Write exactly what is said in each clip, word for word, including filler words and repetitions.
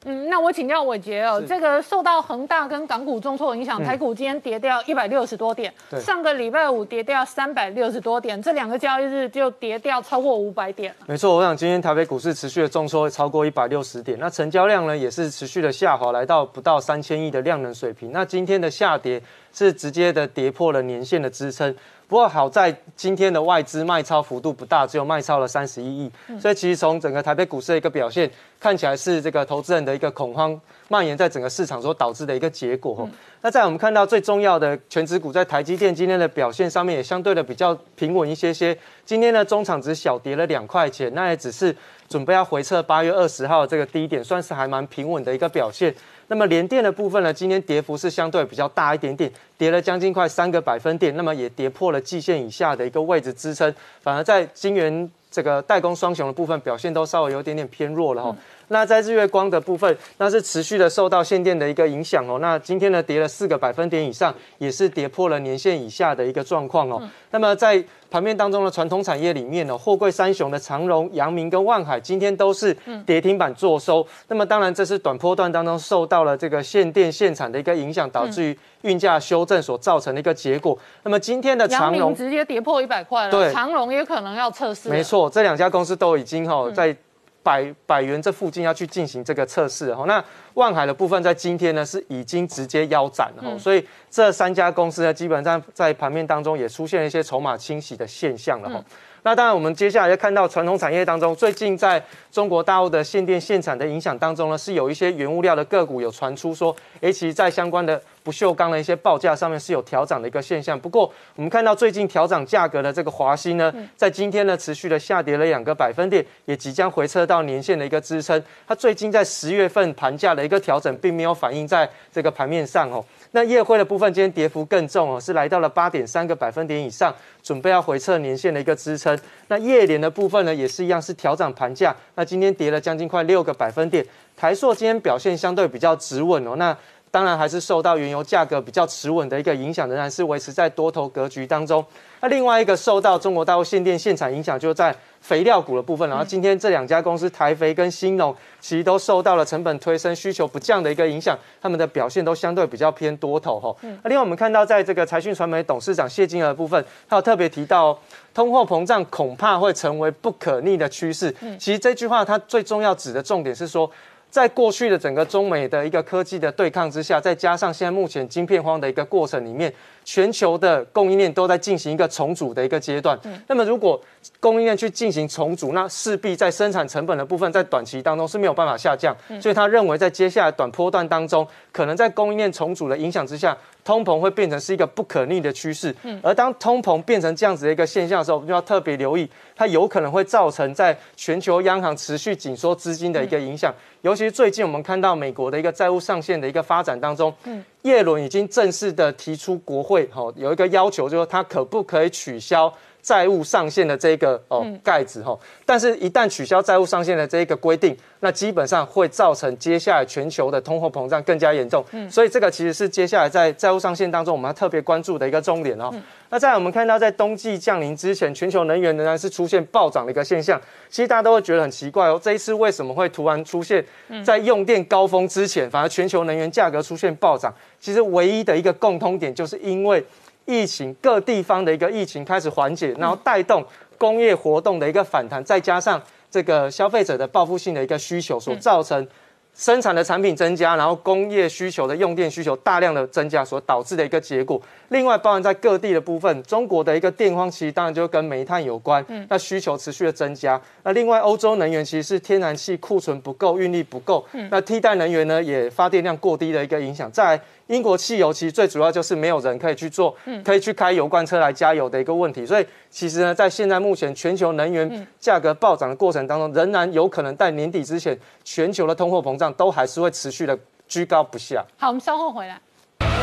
嗯，那我请教伟杰哦，这个受到恒大跟港股重挫影响，台股今天跌掉一百六十多点， 对， 上个礼拜五跌掉三百六十多点，这两个交易日就跌掉超过五百点。 没错，我想今天台北股市持续的重挫超过一百六十点，那成交量呢也是持续的下滑，来到不到三千亿的量能水平。那今天的下跌是直接的跌破了年线的支撑。不过好在今天的外资卖超幅度不大，只有卖超了三十一亿，所以其实从整个台北股市的一个表现看起来是这个投资人的一个恐慌蔓延在整个市场所导致的一个结果。嗯、那在我们看到最重要的权值股在台积电今天的表现上面也相对的比较平稳一些些，今天的中场只小跌了两块钱，那也只是准备要回测八月二十号这个低点，算是还蛮平稳的一个表现。那么联电的部分呢，今天跌幅是相对比较大一点点，跌了将近快三个百分点，那么也跌破了季线以下的一个位置支撑，反而在晶圆这个代工双雄的部分表现都稍微有点点偏弱了哈。嗯那在日月光的部分，那是持续的受到限电的一个影响哦。那今天呢跌了四个百分点以上，也是跌破了年线以下的一个状况哦。嗯、那么在盘面当中的传统产业里面呢、哦，货柜三雄的长荣、阳明跟万海今天都是跌停板做收。嗯、那么当然这是短波段当中受到了这个限电限产的一个影响，导致于运价修正所造成的一个结果。那么今天的长荣阳明直接跌破一百块了，对，长荣也可能要测试。 没错，这两家公司都已经哈、哦、在。百百元这附近要去进行这个测试哈，那万海的部分在今天呢是已经直接腰斩了、嗯、所以这三家公司呢基本上在盘面当中也出现了一些筹码清洗的现象了哈。嗯那当然，我们接下来要看到传统产业当中，最近在中国大陆的限电限产的影响当中呢，是有一些原物料的个股有传出说，哎，其实在相关的不锈钢的一些报价上面是有调涨的一个现象。不过，我们看到最近调涨价格的这个华兴呢，在今天呢持续的下跌了两个百分点，也即将回撤到年线的一个支撑。它最近在十月份盘价的一个调整，并没有反映在这个盘面上哦。那业辉的部分今天跌幅更重哦，是来到了八点三个百分点以上，准备要回测年线的一个支撑。那业联的部分呢，也是一样是调涨盘价，那今天跌了将近快六个百分点。台塑今天表现相对比较止稳哦，那当然还是受到原油价格比较持稳的一个影响，仍然是维持在多头格局当中。那另外一个受到中国大陆限电限产影响，就在肥料股的部分。然后今天这两家公司台肥跟兴农，其实都受到了成本推升、需求不降的一个影响，他们的表现都相对比较偏多头哈。嗯、那另外我们看到，在这个财讯传媒董事长谢金河的部分，他有特别提到，通货膨胀恐怕会成为不可逆的趋势。嗯、其实这句话它最重要指的重点是说，在过去的整个中美的一个科技的对抗之下，再加上现在目前晶片荒的一个过程里面，全球的供应链都在进行一个重组的一个阶段。嗯、那么如果供应链去进行重组，那势必在生产成本的部分，在短期当中是没有办法下降。嗯、所以他认为在接下来短波段当中，可能在供应链重组的影响之下，通膨会变成是一个不可逆的趋势。嗯、而当通膨变成这样子的一个现象的时候，我们就要特别留意，它有可能会造成在全球央行持续紧缩资金的一个影响。嗯、尤其是最近我们看到美国的一个债务上限的一个发展当中，嗯、耶伦已经正式的提出国会哈、哦、有一个要求，就是说他可不可以取消债务上限的这个哦盖子哈，但是一旦取消债务上限的这一个规定，那基本上会造成接下来全球的通货膨胀更加严重。嗯，所以这个其实是接下来在债务上限当中我们要特别关注的一个重点哦。嗯、那再来我们看到在冬季降临之前，全球能源仍然是出现暴涨的一个现象。其实大家都会觉得很奇怪哦，这一次为什么会突然出现在用电高峰之前，反而全球能源价格出现暴涨？其实唯一的一个共通点就是因为疫情各地方的一个疫情开始缓解，然后带动工业活动的一个反弹，再加上这个消费者的报复性的一个需求，所造成生产的产品增加，然后工业需求的用电需求大量的增加所导致的一个结果。另外，包含在各地的部分，中国的一个电荒其实当然就跟煤炭有关，嗯、那需求持续的增加。那另外，欧洲能源其实是天然气库存不够，运力不够，嗯、那替代能源呢也发电量过低的一个影响。再来，英国汽油其实最主要就是没有人可以去做，嗯、可以去开油罐车来加油的一个问题。所以其实呢，在现在目前全球能源价格暴涨的过程当中，仍然有可能在年底之前，全球的通货膨胀都还是会持续的居高不下。 好，我们稍后回来。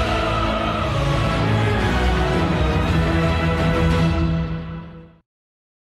恒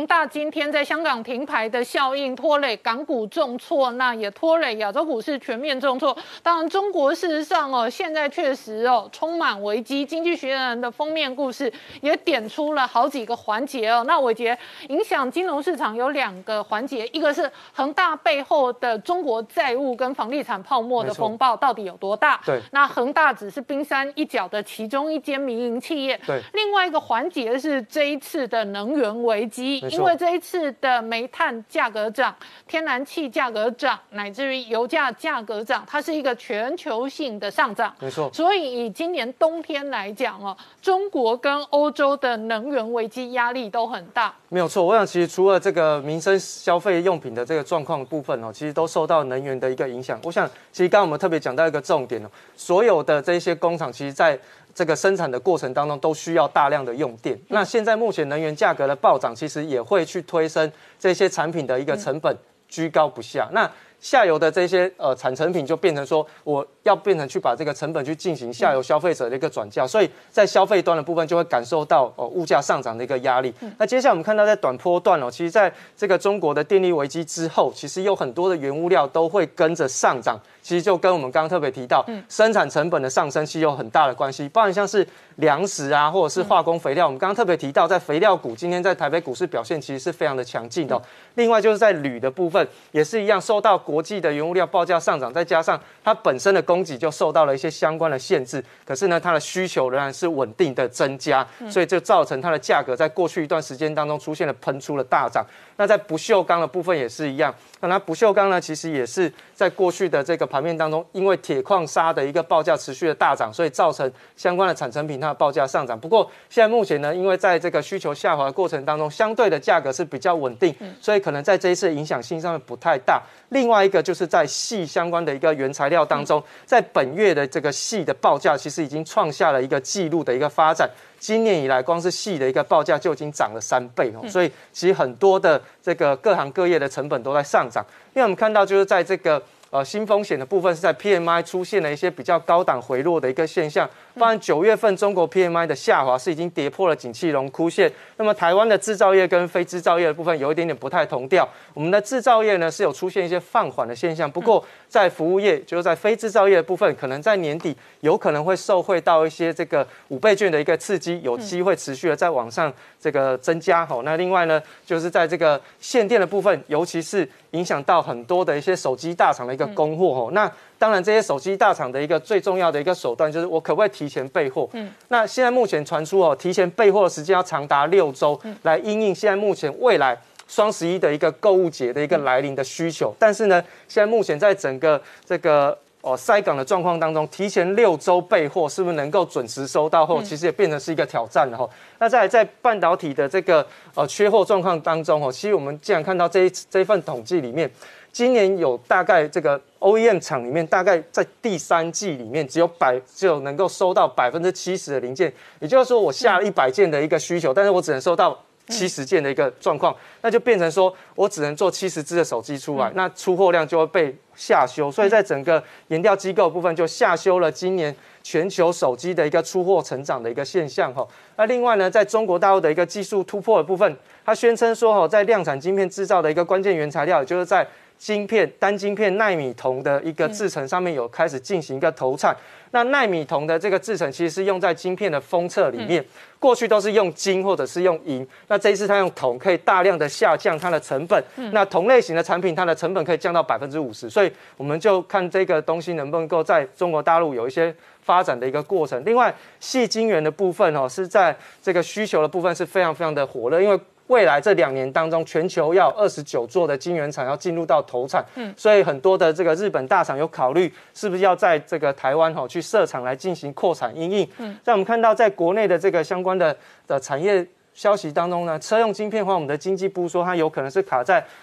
恒大今天在香港停牌的效应拖累港股重挫，那也拖累亚洲股市全面重挫。当然，中国事实上哦，现在确实哦充满危机。经济学人的封面故事也点出了好几个环节哦。那伟杰，影响金融市场有两个环节，一个是恒大背后的中国债务跟房地产泡沫的风暴到底有多大？ 对， 那恒大只是冰山一角的其中一间民营企业。 对， 另外一个环节是这一次的能源危机，因为这一次的煤炭价格涨、天然气价格涨，乃至于油价价格涨，它是一个全球性的上涨。 没错。 所以以今年冬天来讲哦，中国跟欧洲的能源危机压力都很大。 没有错，我想其实除了这个民生消费用品的这个状况部分哦，其实都受到能源的一个影响。我想，其实刚刚我们特别讲到一个重点哦，所有的这些工厂其实在这个生产的过程当中都需要大量的用电。那现在目前能源价格的暴涨，其实也会去推升这些产品的一个成本居高不下。那下游的这些呃产成品就变成说，我要变成去把这个成本去进行下游消费者的一个转嫁，所以在消费端的部分就会感受到哦物价上涨的一个压力。那接下来我们看到在短波段哦，其实在这个中国的电力危机之后，其实有很多的原物料都会跟着上涨。其实就跟我们刚刚特别提到，生产成本的上升其实有很大的关系，包含像是粮食啊，或者是化工肥料。我们刚刚特别提到，在肥料股今天在台北股市表现其实是非常的强劲的、哦。另外就是在铝的部分也是一样，受到国际的原物料报价上涨，再加上它本身的供给就受到了一些相关的限制，可是呢，它的需求仍然是稳定的增加，所以就造成它的价格在过去一段时间当中出现了喷出的大涨。那在不锈钢的部分也是一样，那它不锈钢呢，其实也是在过去的这个盘面当中，因为铁矿砂的一个报价持续的大涨，所以造成相关的产成品它的报价上涨。不过现在目前呢，因为在这个需求下滑的过程当中，相对的价格是比较稳定，所以可能在这一次的影响性上面不太大。另外一个就是在矽相关的一个原材料当中，在本月的这个矽的报价其实已经创下了一个纪录的一个发展。今年以来，光是矽的一个报价就已经涨了三倍哦，所以其实很多的这个各行各业的成本都在上涨。因为我们看到就是在这个呃新风险的部分是在 P M I 出现了一些比较高档回落的一个现象，包含九月份中国 P M I 的下滑是已经跌破了景气荣枯线。那么台湾的制造业跟非制造业的部分有一点点不太同调，我们的制造业呢是有出现一些放缓的现象，不过在服务业，就是在非制造业的部分，可能在年底有可能会受惠到一些这个五倍券的一个刺激，有机会持续的在往上这个增加。好，那另外呢，就是在这个限电的部分，尤其是影响到很多的一些手机大厂的一个供货。哦，那当然这些手机大厂的一个最重要的一个手段就是我可不可以提前备货？嗯，那现在目前传出哦，提前备货的时间要长达六周，来因应现在目前未来双十一的一个购物节的一个来临的需求。但是呢，现在目前在整个这个哦塞港的状况当中，提前六周备货是不是能够准时收到后，其实也变成是一个挑战了哈。那在在半导体的这个呃缺货状况当中哦，其实我们既然看到这一这一份统计里面，今年有大概这个 O E M 厂里面，大概在第三季里面只有百只有能够收到百分之七十的零件，也就是说我下了一百件的一个需求，但是我只能收到七十件的一个状况，那就变成说我只能做七十只的手机出来，那出货量就会被下修，所以在整个研调机构部分就下修了今年全球手机的一个出货成长的一个现象哈。那另外呢，在中国大陆的一个技术突破的部分，它宣称说哈，在量产晶片制造的一个关键原材料，也就是在晶片单晶片奈米铜的一个制程上面有开始进行一个投产。那奈米铜的这个制程其实是用在晶片的封测里面，过去都是用金或者是用银，那这一次它用铜，可以大量的下降它的成本。那同类型的产品，它的成本可以降到百分之五十，所以我们就看这个东西能不能够在中国大陆有一些发展的一个过程。另外，矽晶圆的部分哦，是在这个需求的部分是非常非常的火热，因为未来这两年当中，全球要二十九座的晶圆厂要进入到投产，嗯，所以很多的这个日本大厂有考虑是不是要在这个台湾哈去设厂来进行扩产因应。嗯，在我们看到在国内的这个相关的的产业消息当中呢，车用晶片的话，我们的经济部说它有可能是卡在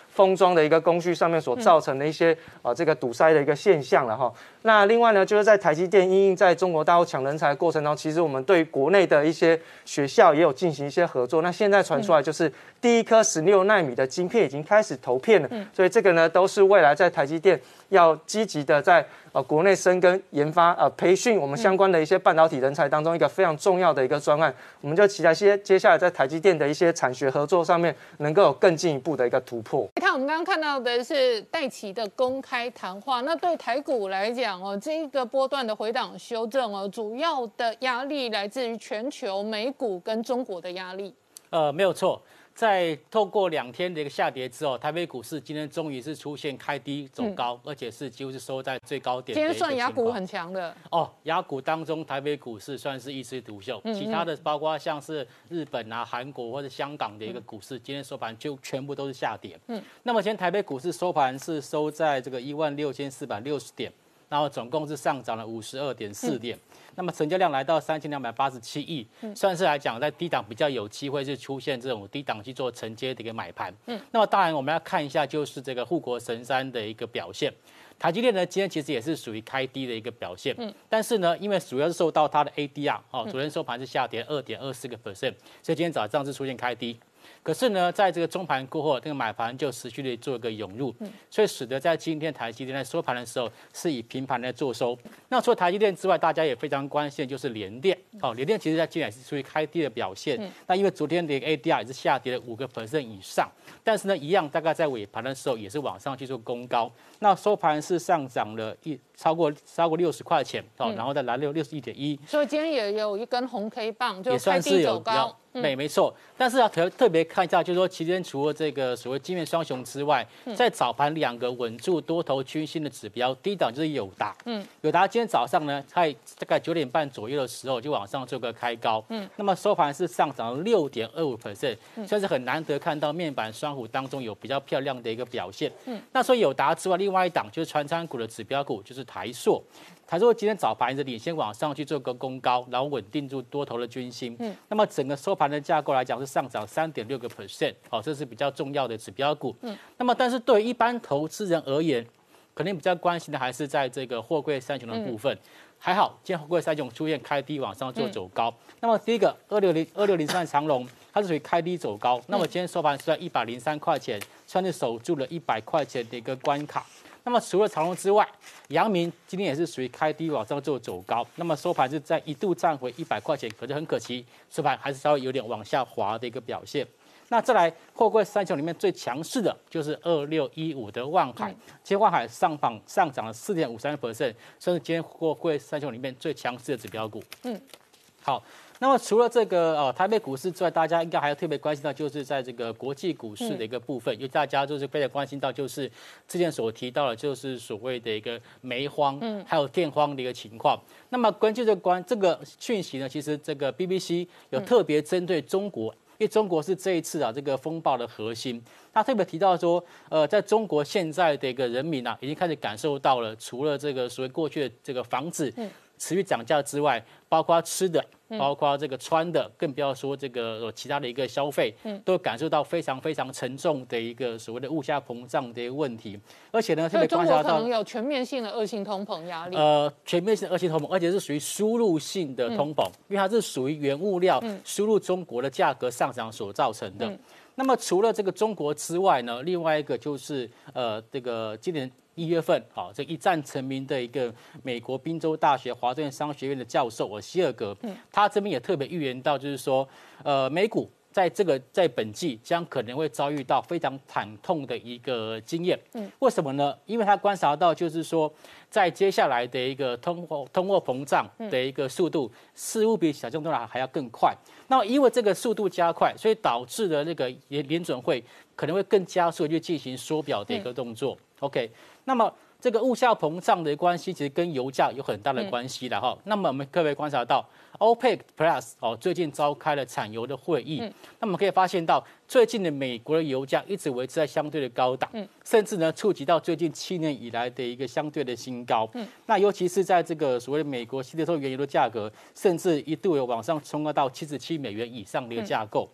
封装的一个工序上面所造成的一些呃这个堵塞的一个现象了哈。那另外呢，就是在台积电因应在中国大陆抢人才的过程中，其实我们对国内的一些学校也有进行一些合作。那现在传出来就是第一颗十六奈米的晶片已经开始投片了，所以这个呢都是未来在台积电要积极的在呃国内深耕研发呃培训我们相关的一些半导体人才当中一个非常重要的一个专案。我们就期待接接下来在台积电的一些产学合作上面能够有更进一步的一个突破。 看我们刚刚看到的是戴琪的公开谈话，那对台股来讲哦，这个波段的回档修正哦，主要的压力来自于全球美股跟中国的压力。 呃，没有错。在透过两天的一个下跌之后，台北股市今天终于是出现开低走高，嗯、而且是几乎是收在最高点的一个情况。 今天算亚股很强的哦，亚股当中台北股市算是一枝独秀，嗯嗯其他的包括像是日本啊、韩国或者香港的一个股市，嗯、今天收盘就全部都是下跌。嗯，那么今天台北股市收盘是收在这个一万六千四百六十点。然后总共是上涨了五十二点四点，嗯、那么成交量来到三千两百八十七亿，嗯、算是来讲在低档比较有机会是出现这种低档去做承接的一个买盘。嗯，那么当然我们要看一下就是这个护国神山的一个表现。台积电呢，今天其实也是属于开低的一个表现，嗯，但是呢，因为主要是受到它的 A D R 哦，昨天收盘是下跌二点二四个 percent， 所以今天早上是出现开低。可是呢，在这个中盘过后，这个买盘就持续的做一个涌入，嗯、所以使得在今天台积电在收盘的时候是以平盘来做收。那除了台积电之外，大家也非常关心的就是联电，哦，联电其实在今天也是属于开低的表现。嗯、那因为昨天的 A D R 也是下跌了五个 percent 以上，但是呢，一样大概在尾盘的时候也是往上去做攻高。那收盘是上涨了一超过超过六十块钱，哦，嗯、然后再来六六十一点一。 所以今天也有一根红 K 棒，就开低走高。 没没错，但是要特特别看一下，就是说，期间除了这个所谓基面双雄之外，嗯、在早盘两个稳住多头均线的指标，第一档就是友达，嗯，友达今天早上呢，在大概九点半左右的时候就往上做个开高，嗯，那么收盘是上涨了六点二五 percent， 算是很难得看到面板双虎当中有比较漂亮的一个表现，嗯，那除了友达之外，另外一档就是传产股的指标股，就是台塑。台塑今天早盘是领先往上去做个攻高，然后稳定住多头的军心。嗯，那么整个收盘的架构来讲是上涨三点六个 percent， 好，这是比较重要的指标股。嗯，那么但是对于一般投资人而言，肯定比较关心的还是在这个货柜三雄的部分。嗯、还好，今天货柜三雄出现开低往上做走高。嗯、那么第一个二六零二六零三长荣，它是属于开低走高。那么今天收盘是在一百零三块钱，算是守住了一百块钱的一个关卡。那么除了长荣之外，阳明今天也是属于开低往上做走高，那么收盘是在一度站回一百块钱，可是很可惜，收盘还是稍微有点往下滑的一个表现。那再来，货柜三雄里面最强势的就是二六一五的万海，今天万海上榜上涨了四点五三 percent， 算是今天货柜三雄里面最强势的指标股。嗯，好。那么除了这个呃台北股市之外，大家应该还要特别关心到，就是在这个国际股市的一个部分，因为大家就是非常关心到，就是之前所提到的，就是所谓的一个煤荒，嗯，还有电荒的一个情况。那么根据这个关这个讯息呢，其实这个 B B C 有特别针对中国。因为中国是这一次啊这个风暴的核心，他特别提到说，呃，在中国现在的一个人民啊，已经开始感受到了，除了这个所谓过去的这个房子持续涨价之外，包括吃的，包括这个穿的，更不要说这个其他的一个消费，都感受到非常非常沉重的一个所谓的物价膨胀的一个问题，而且呢，特别观察到， 中国可能有全面性的恶性通膨压力。 呃，全面性的恶性通膨，而且是属于输入性的通膨，嗯、因为它是属于原物料输入中国的价格上涨所造成的。嗯、那么除了这个中国之外呢，另外一个就是呃，这个今年一月份，好，这一战成名的一个美国宾州大学华顿商学院的教授，我希尔格，嗯、他这边也特别预言到，就是说，呃，美股在这个在本季将可能会遭遇到非常惨痛的一个经验。嗯，为什么呢？因为他观察到，就是说，在接下来的一个通货通货膨胀的一个速度，似乎比想象中的还要更快。那因为这个速度加快，所以导致了那个联联准会可能会更加速的去进行缩表的一个动作。嗯、OK。那么这个物价膨胀的关系，其实跟油价有很大的关系的哈。嗯、那么我们各位观察到 ，OPEC Plus 哦最近召开了产油的会议，嗯、那么可以发现到最近的美国的油价一直维持在相对的高档，嗯、甚至呢触及到最近七年以来的一个相对的新高。嗯、那尤其是在这个所谓的美国西德州原油的价格，甚至一度有往上冲高到七十七美元以上的一个架构。嗯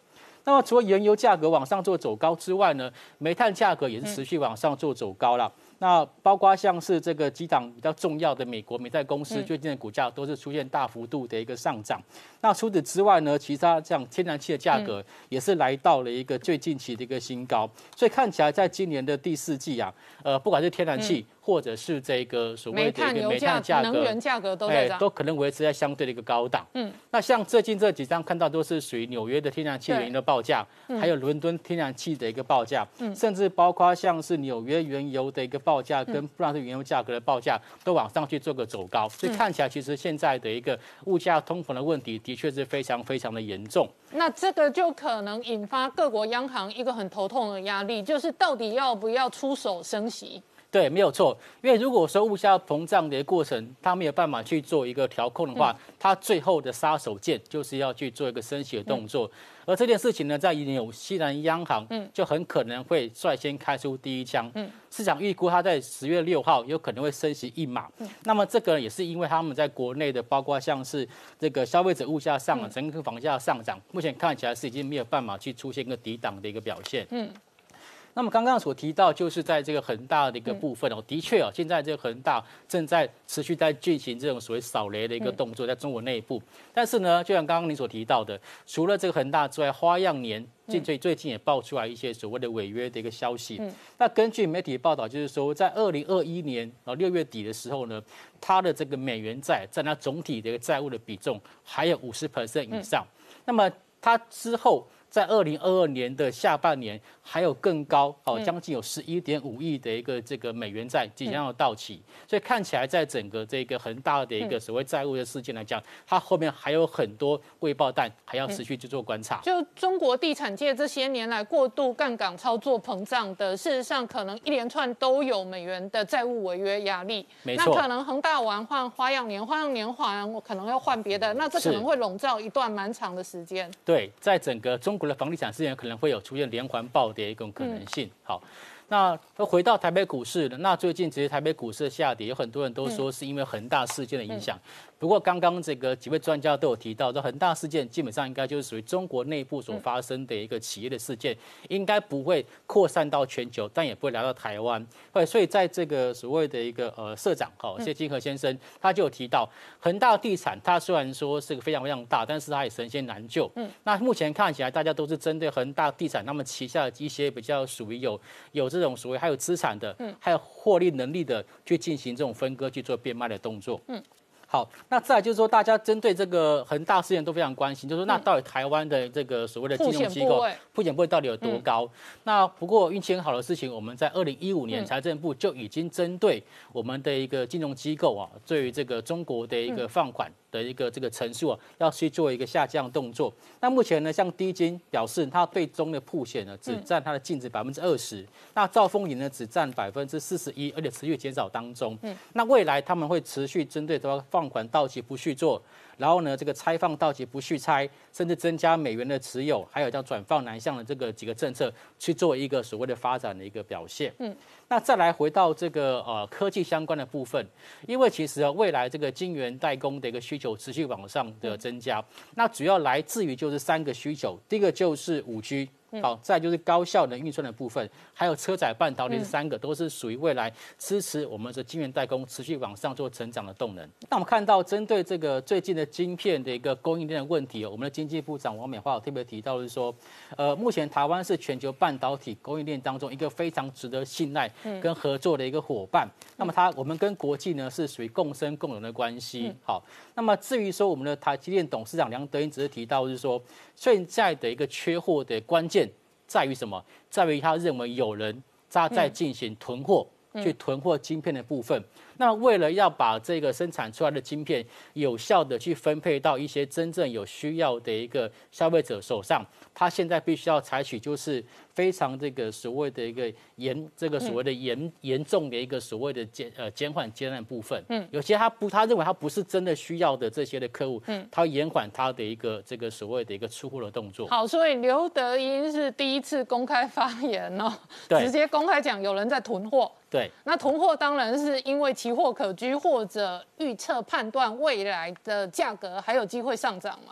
那么除了原油价格往上做走高之外呢，煤炭价格也是持续往上做走高了。那包括像是这个几档比较重要的美国煤炭公司，最近的股价都是出现大幅度的一个上涨。那除此之外呢，其他像天然气的价格也是来到了一个最近期的一个新高。所以看起来在今年的第四季啊，呃，不管是天然气或者是这个所谓的一个煤炭价格、 能源价格都在涨， 都可能维持在相对的一个高档。嗯，那像最近这几张看到都是属于纽约的天然气原油的报价，还有伦敦天然气的一个报价，甚至包括像是纽约原油的一个报价跟布兰特原油价格的报价都往上去做个走高，所以看起来其实现在的一个物价通膨的问题的确是非常非常的严重。 那这个就可能引发各国央行一个很头痛的压力，就是到底要不要出手升息？ 对，没有错。因为如果说物价膨胀的过程，它没有办法去做一个调控的话，嗯、它最后的杀手锏就是要去做一个升息的动作。嗯、而这件事情呢，在纽西兰央行就很可能会率先开出第一枪。嗯、市场预估它在十月六号有可能会升息一码。嗯、那么这个也是因为他们在国内的，包括像是这个消费者物价上涨、整个房价上涨，目前看起来是已经没有办法去出现一个抵挡的一个表现。嗯。那么刚刚所提到，就是在这个恒大的一个部分哦，的确哦，现在这个恒大正在持续在进行这种所谓扫雷的一个动作，在中国内部。但是呢，就像刚刚你所提到的，除了这个恒大之外，花样年近最最近也爆出来一些所谓的违约的一个消息。嗯、那根据媒体报道，就是说在二零二一年啊六月底的时候呢，它的这个美元债占它总体的一个债务的比重还有五十 percent 以上。嗯、那么它之后，在二零二二年的下半年，还有更高哦，将近有十一点五亿的一个这个美元债即将要到期，嗯、所以看起来在整个这个恒大的一个所谓债务的事件来讲，它后面还有很多未爆弹，还要持续去做观察。 就中国地产界这些年来过度杠杆操作膨胀的，事实上可能一连串都有美元的债务违约压力。 没错， 那可能恒大完换花样年，花样年还我可能要换别的，那这可能会笼罩一段蛮长的时间。 对，在整个中国的房地产事件可能会有出现连环暴跌一种可能性。嗯、好，那回到台北股市的，那最近其实台北股市的下跌，有很多人都说是因为恒大事件的影响。嗯嗯不过，刚刚这个几位专家都有提到，这恒大事件基本上应该就是属于中国内部所发生的一个企业的事件，应该不会扩散到全球，但也不会来到台湾。对，所以在这个所谓的一个呃社长哈谢金河先生，他就有提到，恒大地产它虽然说是个非常非常大，但是它也神仙难救。嗯，那目前看起来，大家都是针对恒大地产他们旗下的一些比较属于有有这种所谓还有资产的，嗯，还有获利能力的，去进行这种分割去做变卖的动作。嗯。好，那再来就是说，大家针对这个恒大事件都非常关心，就是说，那到底台湾的这个所谓的金融机构风险部位到底有多高？嗯、那不过运气很好的事情，我们在二零一五年财政部就已经针对我们的一个金融机构啊，对于这个中国的一个放款的一个这个陈述啊，要去做一个下降动作。那目前呢，像低金表示，它对中的曝险呢，只占它的净值百分之二十，那兆丰银呢，只占百分之四十一，而且持续减少当中。嗯，那未来他们会持续针对这个放款到期不续做，然后呢，这个拆放到期不续拆，甚至增加美元的持有，还有叫转放南向的这个几个政策，去做一个所谓的发展的一个表现。嗯，那再来回到这个呃科技相关的部分，因为其实啊未来这个晶圆代工的一个需求持续往上的增加，那主要来自于就是三个需求，第一个就是五 G。好，再就是高效能运算的部分，还有车载半导体，这三个都是属于未来支持我们的晶圆代工持续往上做成长的动能。那我们看到，针对这个最近的晶片的一个供应链的问题，我们的经济部长王美花有特别提到是说，呃，目前台湾是全球半导体供应链当中一个非常值得信赖跟合作的一个伙伴。那么它，我们跟国际呢是属于共生共荣的关系。好，那么至于说我们的台积电董事长梁德英只是提到是说，现在的一个缺货的关键在于什么？在于他认为有人他在进行囤货，嗯、去囤货晶片的部分。那为了要把这个生产出来的晶片有效的去分配到一些真正有需要的一个消费者手上，他现在必须要采取就是非常这个所谓的一个严这个所谓的严严重的一个所谓的减呃减缓接单部分。嗯，有些他不他认为他不是真的需要的这些的客户，嗯，他延缓他的一个这个所谓的一个出货的动作。 好，所以刘德英是第一次公开发言哦，直接公开讲有人在囤货。 对， 那囤货当然是因为期货可居或者预测判断未来的价格还有机会上涨嘛。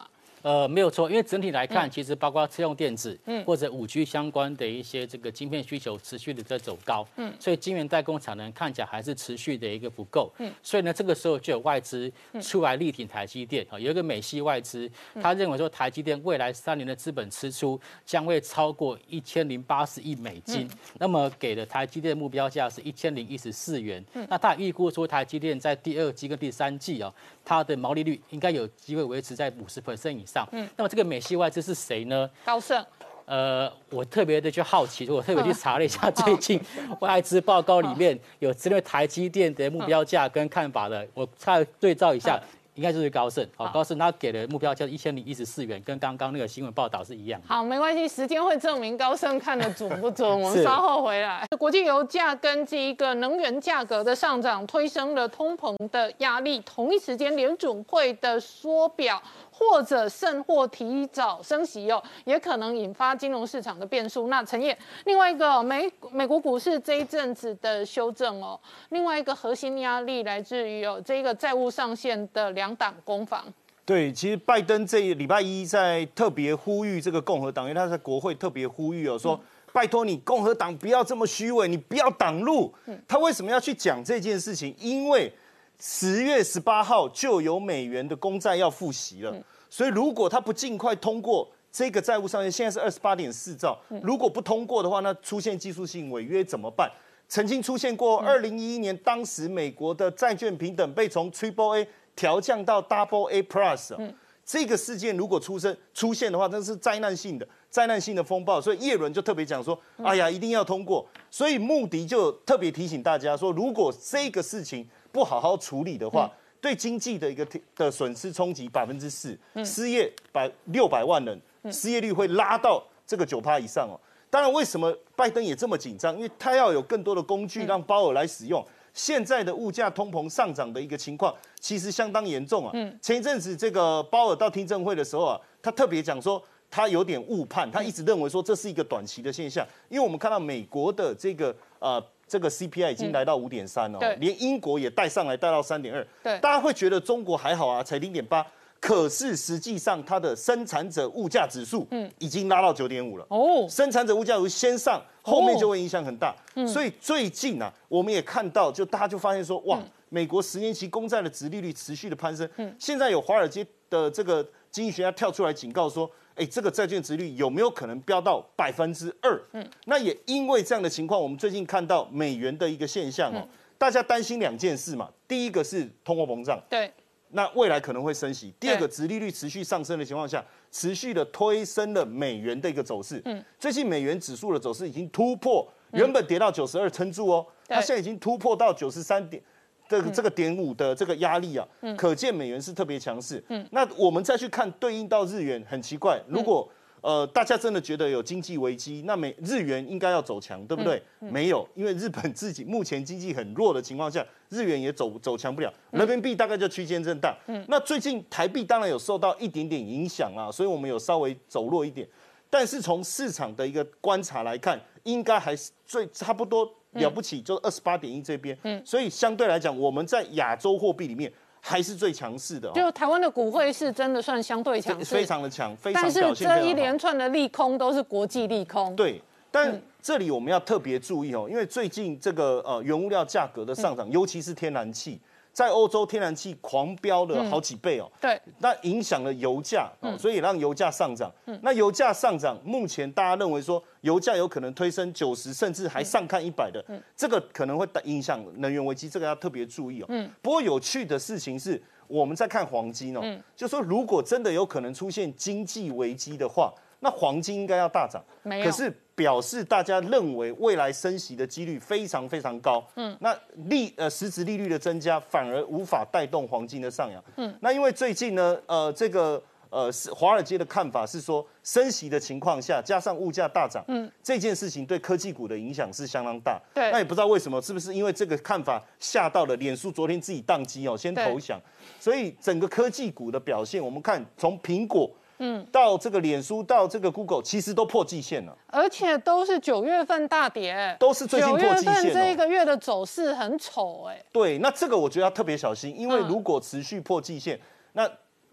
呃，没有错，因为整体来看，嗯、其实包括车用电子，嗯，或者五 G 相关的一些这个晶片需求持续的在走高，嗯，所以晶圆代工厂呢看起来还是持续的一个不够，嗯，所以呢这个时候就有外资出来力挺台积电啊，有一个美系外资，他认为说台积电未来三年的资本支出将会超过一千零八十亿美金，嗯、那么给的台积电目标价是一千零一十四元，嗯、那他预估说台积电在第二季跟第三季哦，它的毛利率应该有机会维持在五十 percent 以上。嗯，那么这个美系外资是谁呢？ 高盛。 呃，我特别的去好奇，我特别去查了一下最近外资报告里面有针对台积电的目标价跟看法的，我再对照一下。应该就是高盛，好，高盛他给的目标价一千零一十四元，跟刚刚那个新闻报道是一样的。 好，没关系，时间会证明高盛看得准不准。我们稍后回来。国际油价跟这一个能源价格的上涨，推升了通膨的压力。同一时间，联准会的缩表或者甚或提早升息哦，也可能引发金融市场的变数。那陈烨，另外一个美美国股市这一阵子的修正哦，另外一个核心压力来自于哦这个债务上限的两。两党攻防。 对，其实拜登这礼拜一在特别呼吁这个共和党，因为他在国会特别呼吁哦，说、嗯、拜托你共和党不要这么虚伪，你不要挡路。嗯、他为什么要去讲这件事情？因为十月十八号就有美元的公债要付息了，嗯、所以如果他不尽快通过这个债务上限，现在是二十八点四兆，嗯、如果不通过的话，那出现技术性违约怎么办？曾经出现过二零一一年，当时美国的债券评等被从 Triple A调降到 Double A Plus，、嗯、这个事件如果出生出现的话，那是灾难性的灾难性的风暴。所以叶伦就特别讲说，哎呀，一定要通过。所以穆迪就特别提醒大家说，如果这个事情不好好处理的话，嗯、对经济的一个的损失冲击百分之四，失业百六百万人，嗯、失业率会拉到这个九趴以上哦。当然，为什么拜登也这么紧张？因为他要有更多的工具让鲍尔来使用。现在的物价通膨上涨的一个情况，其实相当严重啊。嗯、前一阵子这个鲍尔到听证会的时候啊，他特别讲说他有点误判，他一直认为说这是一个短期的现象，因为我们看到美国的这个呃这个 C P I 已经来到五点三哦，连英国也带上来带到三点二，对，大家会觉得中国还好啊，才零点八。可是实际上，它的生产者物价指数已经拉到九点五了。哦，生产者物价指数先上，后面就会影响很大。哦、所以最近啊，我们也看到，就大家就发现说，哇，嗯、美国十年期公债的殖利率持续的攀升。嗯、现在有华尔街的这个经济学家跳出来警告说，哎，这个债券殖利率有没有可能飙到百分之二？嗯，那也因为这样的情况，我们最近看到美元的一个现象哦，嗯、大家担心两件事嘛，第一个是通货膨胀。对。那未来可能会升息。第二个，殖利率持续上升的情况下，持续的推升了美元的一个走势。嗯，最近美元指数的走势已经突破，原本跌到九十二撑住哦，它现在已经突破到九十三点这个这个点五的这个压力啊，嗯、可见美元是特别强势。嗯，那我们再去看对应到日元，很奇怪，如果呃，大家真的觉得有经济危机，那美日元应该要走强，对不对？嗯嗯、没有，因为日本自己目前经济很弱的情况下，日元也走走强不了，人民币大概就区间震荡。嗯、那最近台币当然有受到一点点影响啊，所以我们有稍微走弱一点。但是从市场的一个观察来看，应该还是最差不多了不起，就二十八点一这边。嗯，所以相对来讲，我们在亚洲货币里面还是最强势的、哦。 就台湾的股汇是真的算相对强势， 非常的强，非常表现非常好。但是这一连串的利空都是国际利空。 对，但这里我们要特别注意哦，因为最近这个呃原物料价格的上涨，嗯、尤其是天然气。在欧洲，天然气狂飙了好几倍哦，嗯、对，那影响了油价哦，嗯、所以让油价上涨。嗯、那油价上涨，目前大家认为说油价有可能推升九十，甚至还上看一百的，嗯、这个可能会影响能源危机，这个要特别注意哦。嗯、不过有趣的事情是，我们在看黄金哦，嗯、就说如果真的有可能出现经济危机的话，那黄金应该要大涨，没有，可是表示大家认为未来升息的几率非常非常高。嗯，那利呃实质利率的增加反而无法带动黄金的上扬。嗯，那因为最近呢，呃，这个呃是华尔街的看法是说，升息的情况下，加上物价大涨，嗯，这件事情对科技股的影响是相当大。对，那也不知道为什么，是不是因为这个看法吓到了脸书，昨天自己宕机哦，先投降，所以整个科技股的表现，我们看从苹果。嗯，到这个脸书，到这个 Google， 其实都破季线了， 而且都是九月份大跌， 都是最近破季线。九月份这一个月的走势很丑，哎。 对，那这个我觉得要特别小心，因为如果持续破季线，那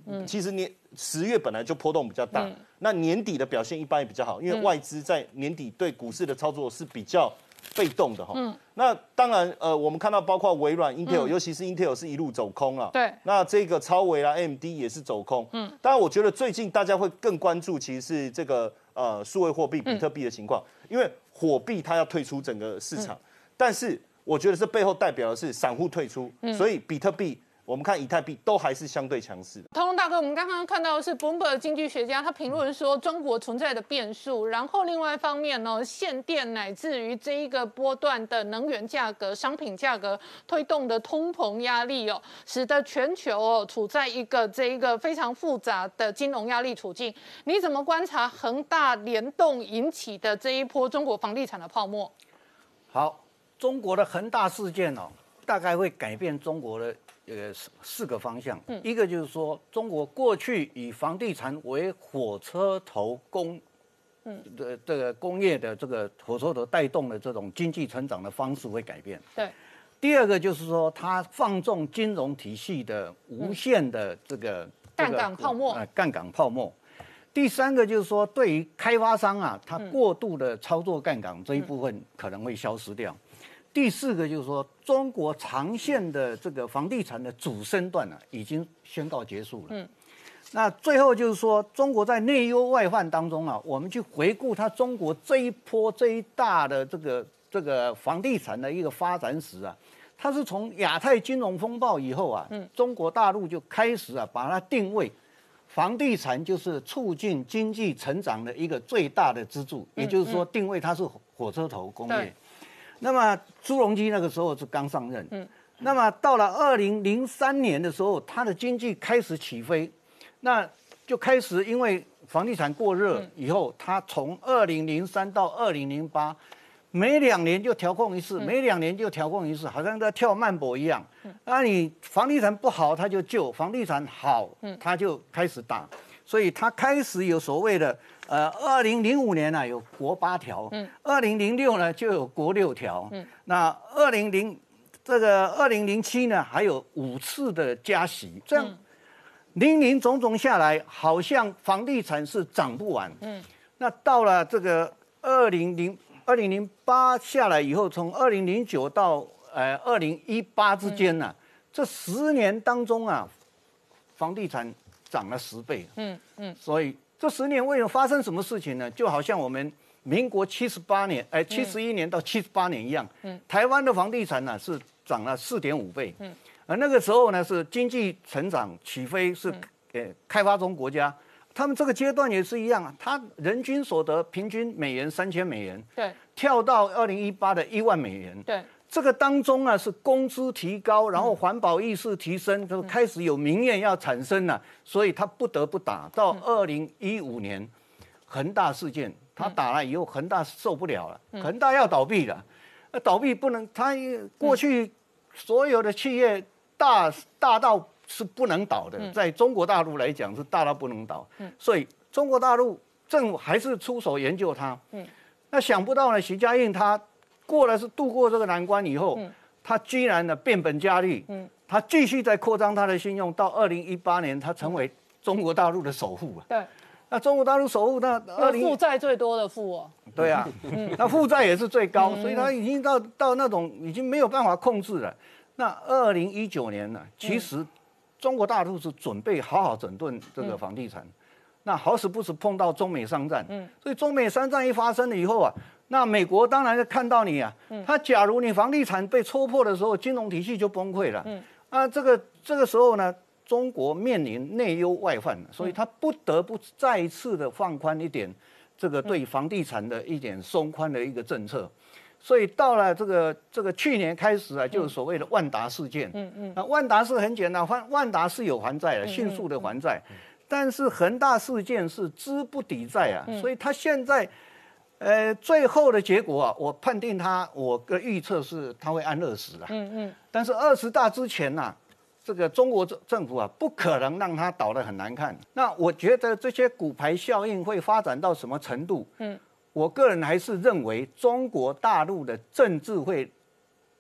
嗯，其实年十月本来就波动比较大，嗯、那年底的表现一般也比较好，因为外资在年底对股市的操作是比较被动的哈。嗯，那当然，呃，我们看到包括微软、Intel，、嗯、尤其是 Intel 是一路走空了。 对， 那这个超微啦、A M D 也是走空。嗯，当然，我觉得最近大家会更关注其实是这个呃数位货币比特币的情况，嗯、因为火币它要退出整个市场，嗯、但是我觉得这背后代表的是散户退出，嗯、所以比特币。我们看以太币都还是相对强势的。 腾龙大哥，我们刚刚看到的是 Bloomberg 经济学家他评论说中国存在的变数，然后另外一方面呢，限电乃至于这一个波段的能源价格、商品价格推动的通膨压力哦，使得全球哦处在一个这一个非常复杂的金融压力处境。你怎么观察恒大联动引起的这一波中国房地产的泡沫？ 好，中国的恒大事件哦，大概会改变中国的。呃，四个方向，嗯、一个就是说，中国过去以房地产为火车头工，嗯，的这个工业的这个火车头带动的这种经济成长的方式会改变。 对。 第二个就是说，它放纵金融体系的无限的这个杠杆泡沫， 呃，杠杆泡沫。第三个就是说，对于开发商啊，它过度的操作杠杆这一部分可能会消失掉。第四个就是说，中国长线的这个房地产的主升段啊，已经宣告结束了。嗯，那最后就是说，中国在内忧外患当中啊，我们去回顾它中国这一波这一大的这个这个房地产的一个发展史啊，它是从亚太金融风暴以后啊，嗯，中国大陆就开始啊，把它定位房地产就是促进经济成长的一个最大的支柱，也就是说，定位它是火车头工业。那么朱镕基那个时候是刚上任，嗯，那么到了二零零三年的时候，它的经济开始起飞，那就开始因为房地产过热以后，它从二零零三到二零零八，每两年就调控一次，每两年就调控一次，好像在跳慢搏一样。那你房地产不好，它就救；房地产好，它就开始打。所以它开始有所谓的，呃，二零零五年呢、啊、有国八条，嗯，二零零六呢就有国六条，嗯，那二零零这个二零零七呢还有五次的加息，这样零零总总下来，好像房地产是涨不完，嗯，那到了这个二零零二零零八下来以后，从二零零九到呃二零一八之间呢、啊，嗯、这十年当中啊，房地产涨了十倍，嗯嗯，所以这十年为什么发生什么事情呢？就好像我们民国七十八年，哎，七十一年到七十八年一样，嗯，台湾的房地产呢是涨了四点五倍，嗯，而那个时候呢是经济成长起飞，是呃开发中国家，他们这个阶段也是一样啊，他人均所得平均每元三千美元， 对， 跳到二零一八的一万美元， 对。 这个当中啊，是工资提高，然后环保意识提升，就开始有民怨要产生了，所以他不得不打。到二零一五年，恒大事件，他打了以后，恒大受不了了，恒大要倒闭了。那倒闭不能，他过去所有的企业大大到是不能倒的，在中国大陆来讲是大到不能倒，所以中国大陆政府还是出手研究它。那想不到呢，许家印他。过了是度过这个难关以后，嗯、他居然呢变本加厉，嗯、他继续在扩张他的信用，到二零一八年他成为中国大陆的首富啊。 对， 那中国大陆首富那二零负债最多的富哦。 对啊，嗯、那负债也是最高，所以他已经到到那种已经没有办法控制了。那二零一九年呢，其实中国大陆是准备好好整顿这个房地产，嗯、那好死不死碰到中美商战，嗯、所以中美商战一发生了以后啊。那美国当然是看到你啊，他假如你房地产被戳破的时候，金融体系就崩溃了。嗯，啊，这个这个时候呢，中国面临内忧外患，所以他不得不再一次的放宽一点这个对房地产的一点松宽的一个政策。所以到了这个这个去年开始啊，就是所谓的万达事件。嗯嗯，那万达是很简单，万万达是有还债的，迅速的还债，但是恒大事件是资不抵债啊，所以他现在。呃，最后的结果啊，我判定他，我的预测是他会安乐死啊。嗯嗯。但是二十大之前呐、啊，这个中国政府啊，不可能让他倒得很难看。那我觉得这些骨牌效应会发展到什么程度？嗯，我个人还是认为中国大陆的政治会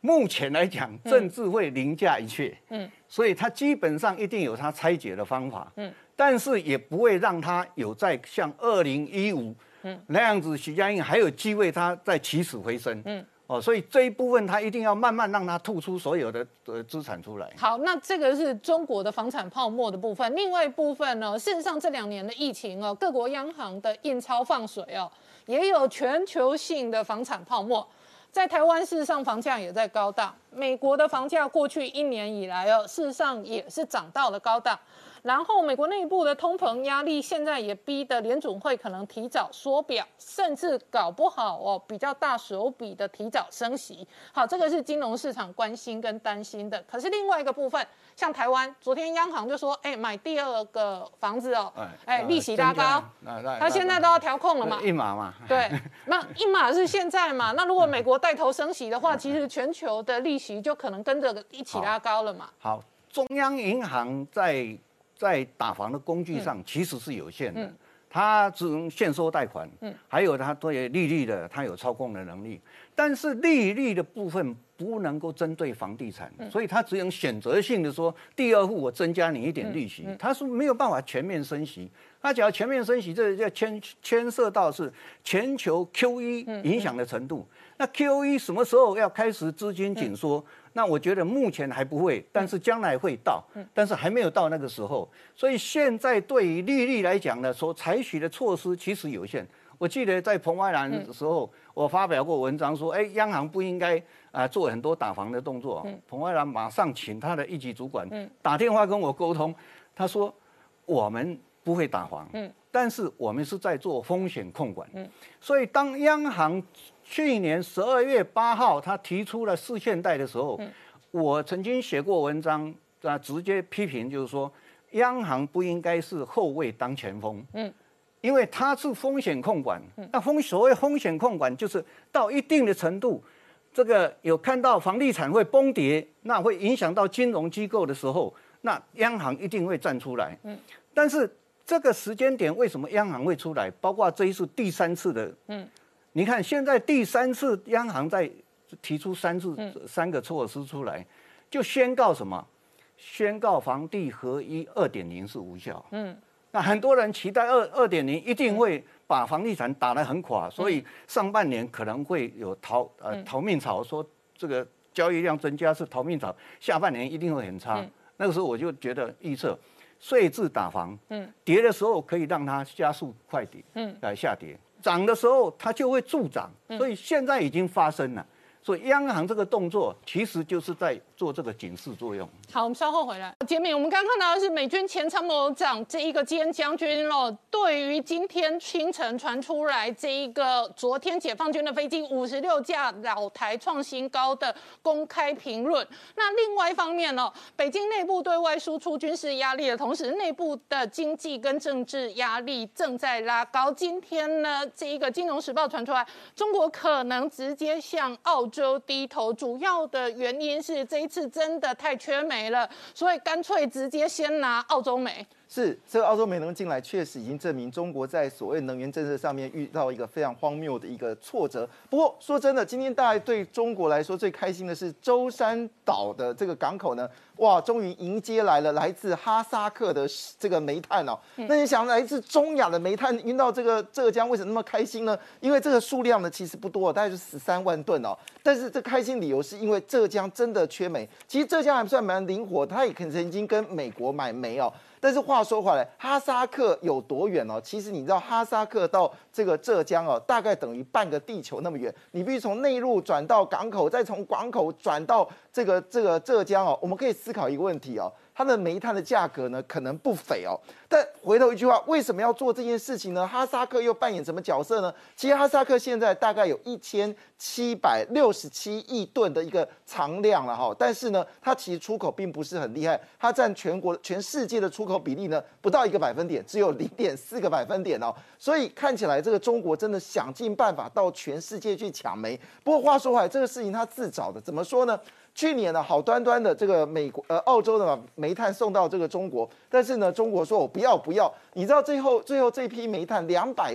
目前来讲，政治会凌驾一切，嗯，所以它基本上一定有它拆解的方法，嗯，但是也不会让它有在像二零一五，嗯那样子，许家印还有机会它再起死回生，嗯。哦，所以这一部分它一定要慢慢让它吐出所有的呃资产出来。 好，那这个是中国的房产泡沫的部分。另外一部分呢，事实上这两年的疫情哦，各国央行的印钞放水哦，也有全球性的房产泡沫。在台湾，事实上房价也在高档。美国的房价过去一年以来哦，事实上也是涨到了高档。然后，美国内部的通膨压力现在也逼得联准会可能提早缩表，甚至搞不好哦比较大手笔的提早升息。好，这个是金融市场关心跟担心的。可是另外一个部分，像台湾，昨天央行就说，哎，买第二个房子哦，哎，利息拉高，它现在都要调控了嘛， 一码嘛， 对，那一码是现在嘛，那如果美国带头升息的话，其实全球的利息就可能跟着一起拉高了嘛。 好，中央银行在在打房的工具上其实是有限的，嗯、它只能限收贷款，嗯、还有它对利率的它有操控的能力，但是利率的部分不能够针对房地产，嗯、所以它只能选择性的说，第二户我增加你一点利息，嗯嗯、它是没有办法全面升息。它只要全面升息，这要牵牵涉到是全球 Q E 影响的程度。嗯嗯、那 Q E 什么时候要开始资金紧缩？嗯那我觉得目前还不会，但是将来会到，但是还没有到那个时候。所以现在对于利率来讲呢，所采取的措施其实有限。我记得在彭淮南的时候，我发表过文章说，哎，央行不应该啊做很多打房的动作。彭淮南马上请他的一级主管打电话跟我沟通，他说我们不会打房，但是我们是在做风险控管。所以当央行去年十二月八号，他提出了四限贷的时候，嗯、我曾经写过文章，啊，直接批评就是说，央行不应该是后卫当前锋，嗯，因为它是风险控管，嗯、那风所谓风险控管就是到一定的程度，这个有看到房地产会崩跌，那会影响到金融机构的时候，那央行一定会站出来，嗯，但是这个时间点为什么央行会出来？包括这一次第三次的，嗯。你看，现在第三次央行在提出三次、嗯、三个措施出来，就宣告什么？宣告房地合一二点零是无效。嗯，那很多人期待二二点零一定会把房地产打得很垮，嗯、所以上半年可能会有逃呃逃命潮，说这个交易量增加是逃命潮，下半年一定会很差。嗯、那个时候我就觉得预测税制打房，嗯，跌的时候可以让它加速快跌，嗯，来下跌。涨的时候它就会助涨，所以现在已经发生了。所以央行这个动作其实就是在做这个警示作用。 好，我们稍后回来。杰明，我们刚看到的是美军前参谋长这一个基恩将军哦，对于今天清晨传出来这一个昨天解放军的飞机五十六架老台创新高的公开评论。那另外一方面哦，北京内部对外输出军事压力的同时，内部的经济跟政治压力正在拉高。今天呢，这一个《金融时报》传出来，中国可能直接向澳洲低头，主要的原因是这一次真的太缺煤了，所以干脆直接先拿澳洲煤。 是，这个澳洲煤能进来，确实已经证明中国在所谓能源政策上面遇到一个非常荒谬的一个挫折。不过说真的，今天大家对中国来说最开心的是舟山岛的这个港口呢，哇，终于迎接来了来自哈萨克的这个煤炭哦。嗯、那你想，来自中亚的煤炭运到这个浙江，为什么那么开心呢？因为这个数量呢其实不多，大概是十三万吨哦。但是这开心理由是因为浙江真的缺煤，其实浙江还算蛮灵活，它也曾经跟美国买煤哦。但是话说回来，哈萨克有多远哦？其实你知道，哈萨克到这个浙江哦，大概等于半个地球那么远。你必须从内陆转到港口，再从港口转到这个这个浙江哦。我们可以思考一个问题哦，它的煤炭的价格呢，可能不菲哦。但回头一句话，为什么要做这件事情呢？哈萨克又扮演什么角色呢？其实哈萨克现在大概有一千七百六十七亿吨的一个藏量了哈，但是呢，它其实出口并不是很厉害，它占全国全世界的出口比例呢不到一个百分点，只有零点四个百分点哦。所以看起来这个中国真的想尽办法到全世界去抢煤。不过话说回来，这个事情它自找的，怎么说呢？去年呢，好端端的这个美国呃澳洲的把煤炭送到这个中国，但是呢，中国说我不要不要。你知道最后最后这批煤炭两百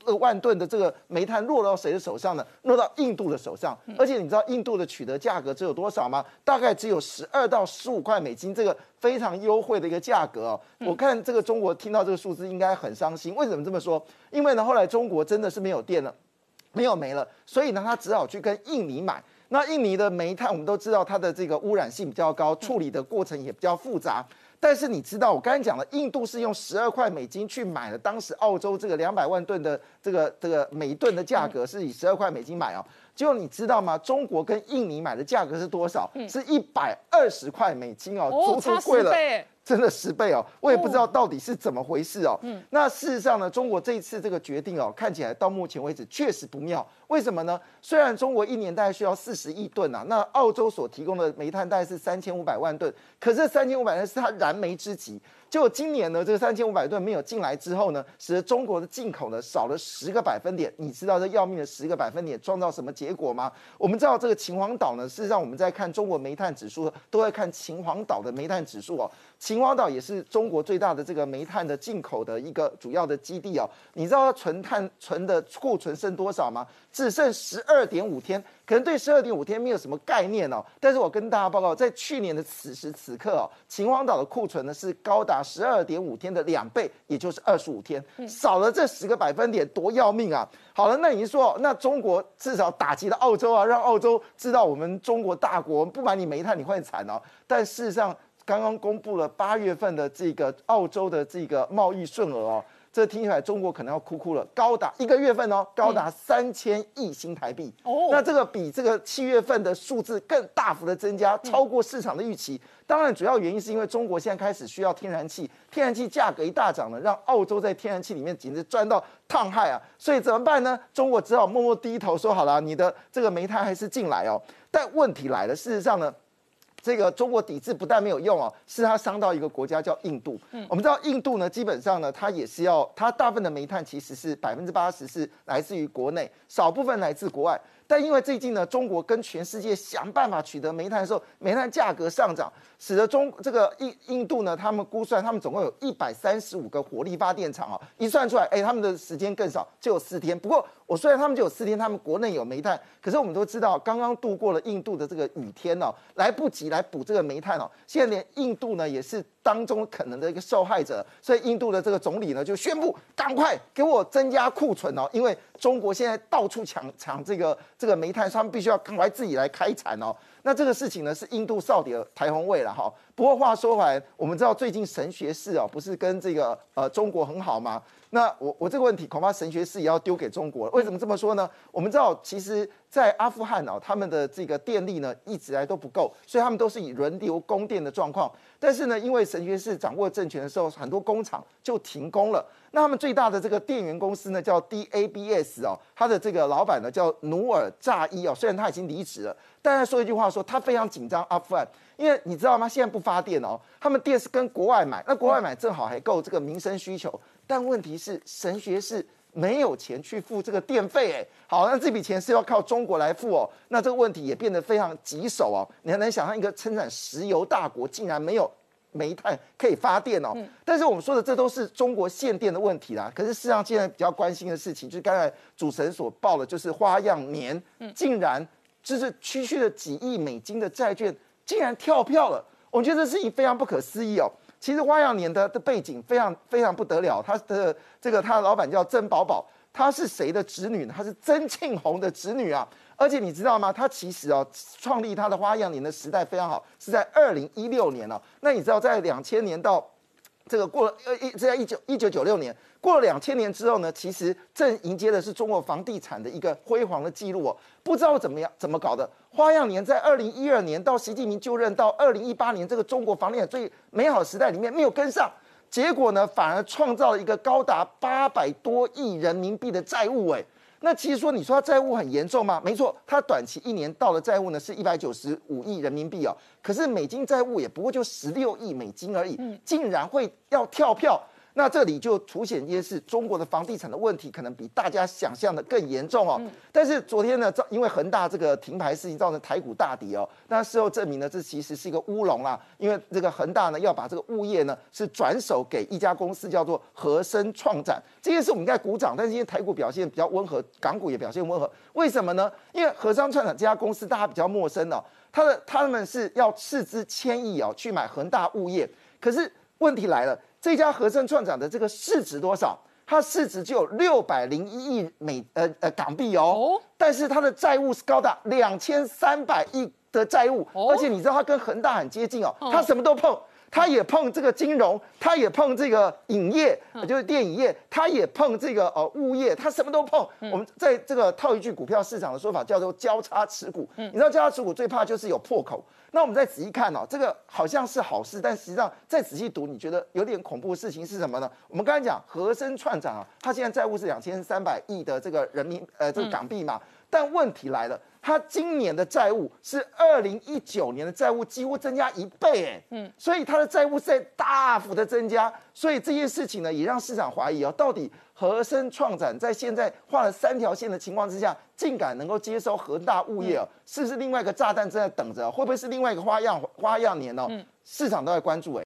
万吨的这个煤炭落到谁的手上呢？落到印度的手上。而且你知道印度的取得价格只有多少吗？大概只有十二到十五块美金，这个非常优惠的一个价格哦。我看这个中国听到这个数字应该很伤心。为什么这么说？因为呢，后来中国真的是没有电了，没有煤了，所以呢，他只好去跟印尼买。那印尼的煤炭我们都知道，它的这个污染性比较高，处理的过程也比较复杂。但是你知道，我刚才讲了，印度是用十二块美金去买了当时澳洲这个两百万吨的这个这个每吨的价格是以十二块美金买哦。结果你知道吗？中国跟印尼买的价格是多少？是一百二十块美金哦，足足贵了。真的十倍哦，我也不知道到底是怎么回事哦。嗯，那事实上呢，中国这一次这个决定哦，看起来到目前为止确实不妙。为什么呢？虽然中国一年大概需要四十亿吨啊，那澳洲所提供的煤炭大概是三千五百万吨，可是三千五百吨是它燃眉之急。结果今年呢，这个三千五百吨没有进来之后呢，使得中国的进口呢少了十个百分点。你知道这要命的十个百分点创造什么结果吗？我们知道这个秦皇岛呢，事实上我们在看中国煤炭指数，都会看秦皇岛的煤炭指数哦。秦皇岛也是中国最大的这个煤炭的进口的一个主要的基地哦。你知道它存碳存的库存剩多少吗？只剩十二点五天，可能对十二点五天没有什么概念哦。但是我跟大家报告，在去年的此时此刻哦，秦皇岛的库存呢是高达十二点五天的两倍，也就是二十五天，少了这十个百分点，多要命啊！好了，那你说，那中国至少打击了澳洲啊，让澳洲知道我们中国大国不买你煤炭你会惨哦。但事实上，刚刚公布了八月份的这个澳洲的这个贸易顺额哦，这听起来中国可能要哭哭了，高达一个月份哦，高达三千亿新台币。哦，那这个比这个七月份的数字更大幅的增加，超过市场的预期。当然，主要原因是因为中国现在开始需要天然气，天然气价格一大涨呢，让澳洲在天然气里面简直赚到烫害啊！所以怎么办呢？中国只好默默低头说好了，你的这个煤炭还是进来哦。但问题来了，事实上呢？这个中国抵制不但没有用哦，是它伤到一个国家叫印度。嗯，我们知道印度呢，基本上呢，它也是要它大部分的煤炭其实是百分之八十是来自于国内，少部分来自国外。但因为最近呢，中国跟全世界想办法取得煤炭的时候，煤炭价格上涨，使得中这个印印度呢，他们估算他们总共有一百三十五个火力发电厂啊，一算出来，哎，他们的时间更少，只有四天。不过我虽然他们只有四天，他们国内有煤炭，可是我们都知道，刚刚度过了印度的这个雨天哦，来不及来补这个煤炭哦，现在连印度呢也是当中可能的一个受害者，所以印度的这个总理呢就宣布，赶快给我增加库存哦，因为中国现在到处抢抢这个这个煤炭，他们必须要赶快自己来开采哦。那这个事情呢是印度少点台红味了哈。不过话说回来，我们知道最近神学士哦不是跟这个呃中国很好吗？那我我这个问题恐怕神学士也要丢给中国了。为什么这么说呢？我们知道，其实，在阿富汗哦，他们的这个电力呢一直来都不够，所以他们都是以轮流供电的状况。但是呢，因为神学士掌握政权的时候，很多工厂就停工了。那他们最大的这个电源公司呢，叫 D A B S 哦，他的这个老板呢叫努尔扎伊哦，虽然他已经离职了，但他说一句话说，他非常紧张阿富汗，因为你知道吗？现在不发电哦，他们电是跟国外买，那国外买正好还够这个民生需求。但问题是，神学士没有钱去付这个电费，哎，好，那这笔钱是要靠中国来付哦，那这个问题也变得非常棘手哦。你很难想象一个生产石油大国竟然没有煤炭可以发电哦。嗯、但是我们说的这都是中国限电的问题啦。可是事实上，现在比较关心的事情，就是刚才主持人所报的，就是花样年竟然就是区区的几亿美金的债券竟然跳票了，我觉得这事情非常不可思议哦。其实花样年的的背景非常非常不得了，他的这个他的老板叫曾宝宝，他是谁的侄女呢？他是曾庆红的侄女啊！而且你知道吗？他其实哦，创立他的花样年的时代非常好，是在二零一六年哦。那你知道，在两千年到这个过了呃一在一九一九九六年过了两千年之后呢，其实正迎接的是中国房地产的一个辉煌的记录哦。不知道怎么样怎么搞的，花样年在二零一二年到习近平就任到二零一八年这个中国房地产最美好时代里面没有跟上，结果呢反而创造了一个高达八百多亿人民币的债务哎。那其实说你说它债务很严重吗？没错，它短期一年到的债务呢是一百九十五亿人民币哦，可是美金债务也不过就十六亿美金而已，竟然会要跳票。 那这里就凸显一件事，中国的房地产的问题可能比大家想象的更严重哦。嗯、但是昨天呢，因为恒大这个停牌事情造成台股大跌哦，那事后证明呢，这其实是一个乌龙啦。因为这个恒大呢要把这个物业呢是转手给一家公司叫做和生创展，这件事我们应该鼓掌。但是因为台股表现比较温和，港股也表现温和，为什么呢？因为和生创展这家公司大家比较陌生哦，他的他们是要斥资千亿哦去买恒大物业，可是问题来了。这家和生创展的这个市值多少？它市值就有六百零一亿美呃呃港币哦，哦但是它的债务是高达两千三百亿的债务，哦、而且你知道它跟恒大很接近哦，它什么都碰。他也碰这个金融，他也碰这个影业，就是电影业，他也碰这个呃物业，他什么都碰。嗯、我们在这个套一句股票市场的说法，叫做交叉持股。嗯、你知道交叉持股最怕就是有破口。那我们再仔细看哦，这个好像是好事，但实际上再仔细读，你觉得有点恐怖的事情是什么呢？我们刚才讲和生创展啊，它现在债务是两千三百亿的这个人民呃这个港币嘛，嗯、但问题来了。他今年的债务是二零一九年的债务几乎增加一倍，哎，嗯，所以他的债务是在大幅的增加，所以这件事情呢，也让市场怀疑哦，到底和生创展在现在画了三条线的情况之下，竟敢能够接收恒大物业哦，是不是另外一个炸弹正在等着？会不会是另外一个花样花样年哦？嗯、市场都在关注，哎。